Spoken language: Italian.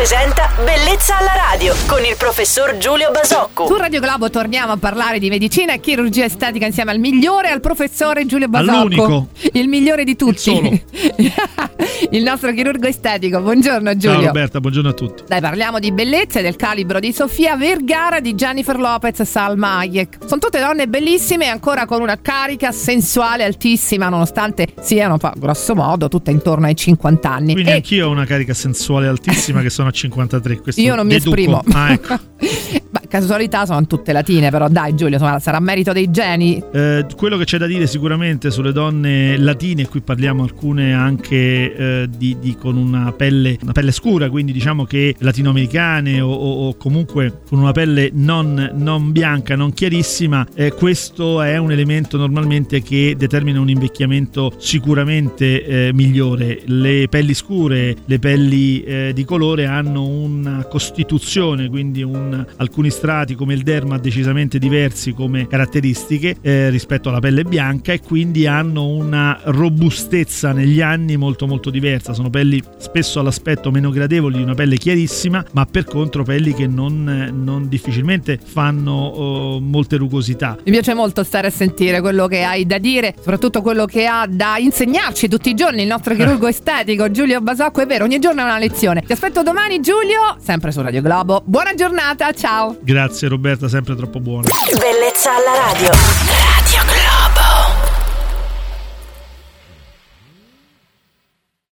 presenta Bellezza alla radio con il professor Giulio Basocco. Su Radio Globo torniamo a parlare di medicina e chirurgia estetica insieme al migliore, al professore Giulio Basocco. All'unico. Il migliore di tutti. Il solo. Il nostro chirurgo estetico. Buongiorno Giulio. Ciao Roberta, buongiorno a tutti. Dai, parliamo di bellezza e del calibro di Sofia Vergara, di Jennifer Lopez e Salma Hayek. Sono tutte donne bellissime e ancora con una carica sensuale altissima, nonostante siano grosso modo tutte intorno ai 50 anni. Quindi anch'io ho una carica sensuale altissima che sono a 53. Questo io non mi deduco. esprimo. Ah, ecco. Beh, casualità sono tutte latine, però dai Giulio, insomma, sarà merito dei geni. Quello che c'è da dire sicuramente sulle donne latine, qui parliamo alcune anche con una pelle scura, quindi diciamo che latinoamericane o comunque con una pelle non bianca, non chiarissima, questo è un elemento normalmente che determina un invecchiamento sicuramente migliore. Le pelli scure, le pelli di colore hanno una costituzione, quindi alcuni strati come il derma decisamente diversi come caratteristiche rispetto alla pelle bianca, e quindi hanno una robustezza negli anni molto molto diversa. Sono pelli spesso all'aspetto meno gradevoli di una pelle chiarissima, ma per contro pelli che non difficilmente fanno molte rugosità. Mi piace molto stare a sentire quello che hai da dire, soprattutto quello che ha da insegnarci tutti i giorni il nostro chirurgo estetico Giulio Basocco. È vero, ogni giorno è una lezione. Ti aspetto domani Giulio, sempre su Radio Globo. Buona giornata, ciao. Grazie Roberta, sempre troppo buona. Bellezza alla radio.